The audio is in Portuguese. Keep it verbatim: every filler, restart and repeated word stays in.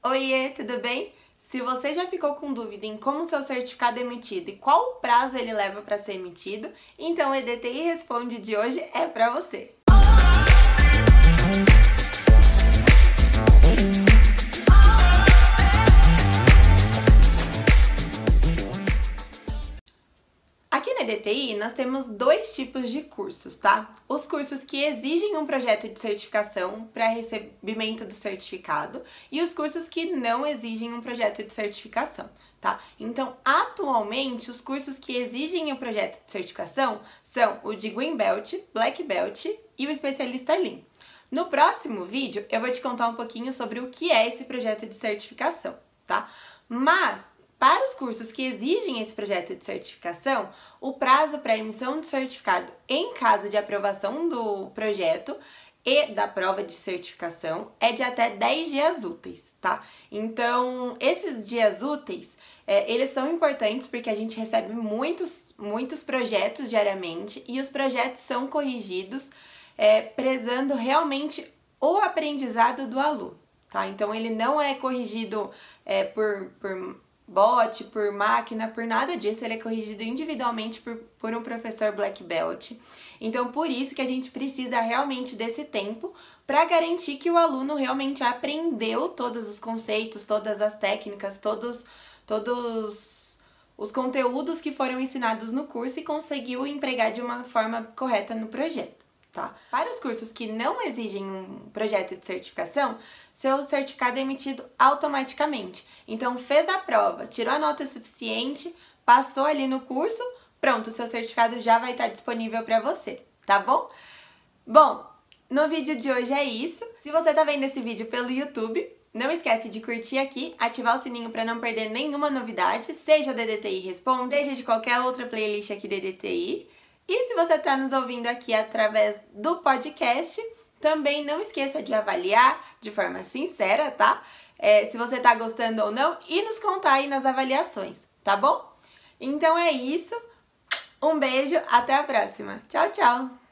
Oiê, tudo bem? Se você já ficou com dúvida em como seu certificado é emitido e qual o prazo ele leva para ser emitido, então o E D T I Responde de hoje é para você. Aqui na E D T I, nós temos dois tipos de cursos, tá? Os cursos que exigem um projeto de certificação para recebimento do certificado e os cursos que não exigem um projeto de certificação, tá? Então, atualmente, os cursos que exigem um projeto de certificação são o de Green Belt, Black Belt e o Especialista Lean. No próximo vídeo, eu vou te contar um pouquinho sobre o que é esse projeto de certificação, tá? Mas para os cursos que exigem esse projeto de certificação, o prazo para emissão do certificado em caso de aprovação do projeto e da prova de certificação é de até dez dias úteis, tá? Então, esses dias úteis, é, eles são importantes porque a gente recebe muitos, muitos projetos diariamente e os projetos são corrigidos é, prezando realmente o aprendizado do aluno, tá? Então, ele não é corrigido é, por... por bot, por máquina, por nada disso, ele é corrigido individualmente por, por um professor Black Belt. Então, por isso que a gente precisa realmente desse tempo para garantir que o aluno realmente aprendeu todos os conceitos, todas as técnicas, todos, todos os conteúdos que foram ensinados no curso e conseguiu empregar de uma forma correta no projeto. Tá? Para os cursos que não exigem um projeto de certificação, seu certificado é emitido automaticamente. Então, fez a prova, tirou a nota suficiente, passou ali no curso, pronto, seu certificado já vai estar disponível para você, tá bom? Bom, no vídeo de hoje é isso. Se você tá vendo esse vídeo pelo YouTube, não esquece de curtir aqui, ativar o sininho para não perder nenhuma novidade, seja do E D T I Responde, seja de qualquer outra playlist aqui do E D T I. E se você está nos ouvindo aqui através do podcast, também não esqueça de avaliar de forma sincera, tá? É, se você está gostando ou não e nos contar aí nas avaliações, tá bom? Então é isso, um beijo, até a próxima. Tchau, tchau!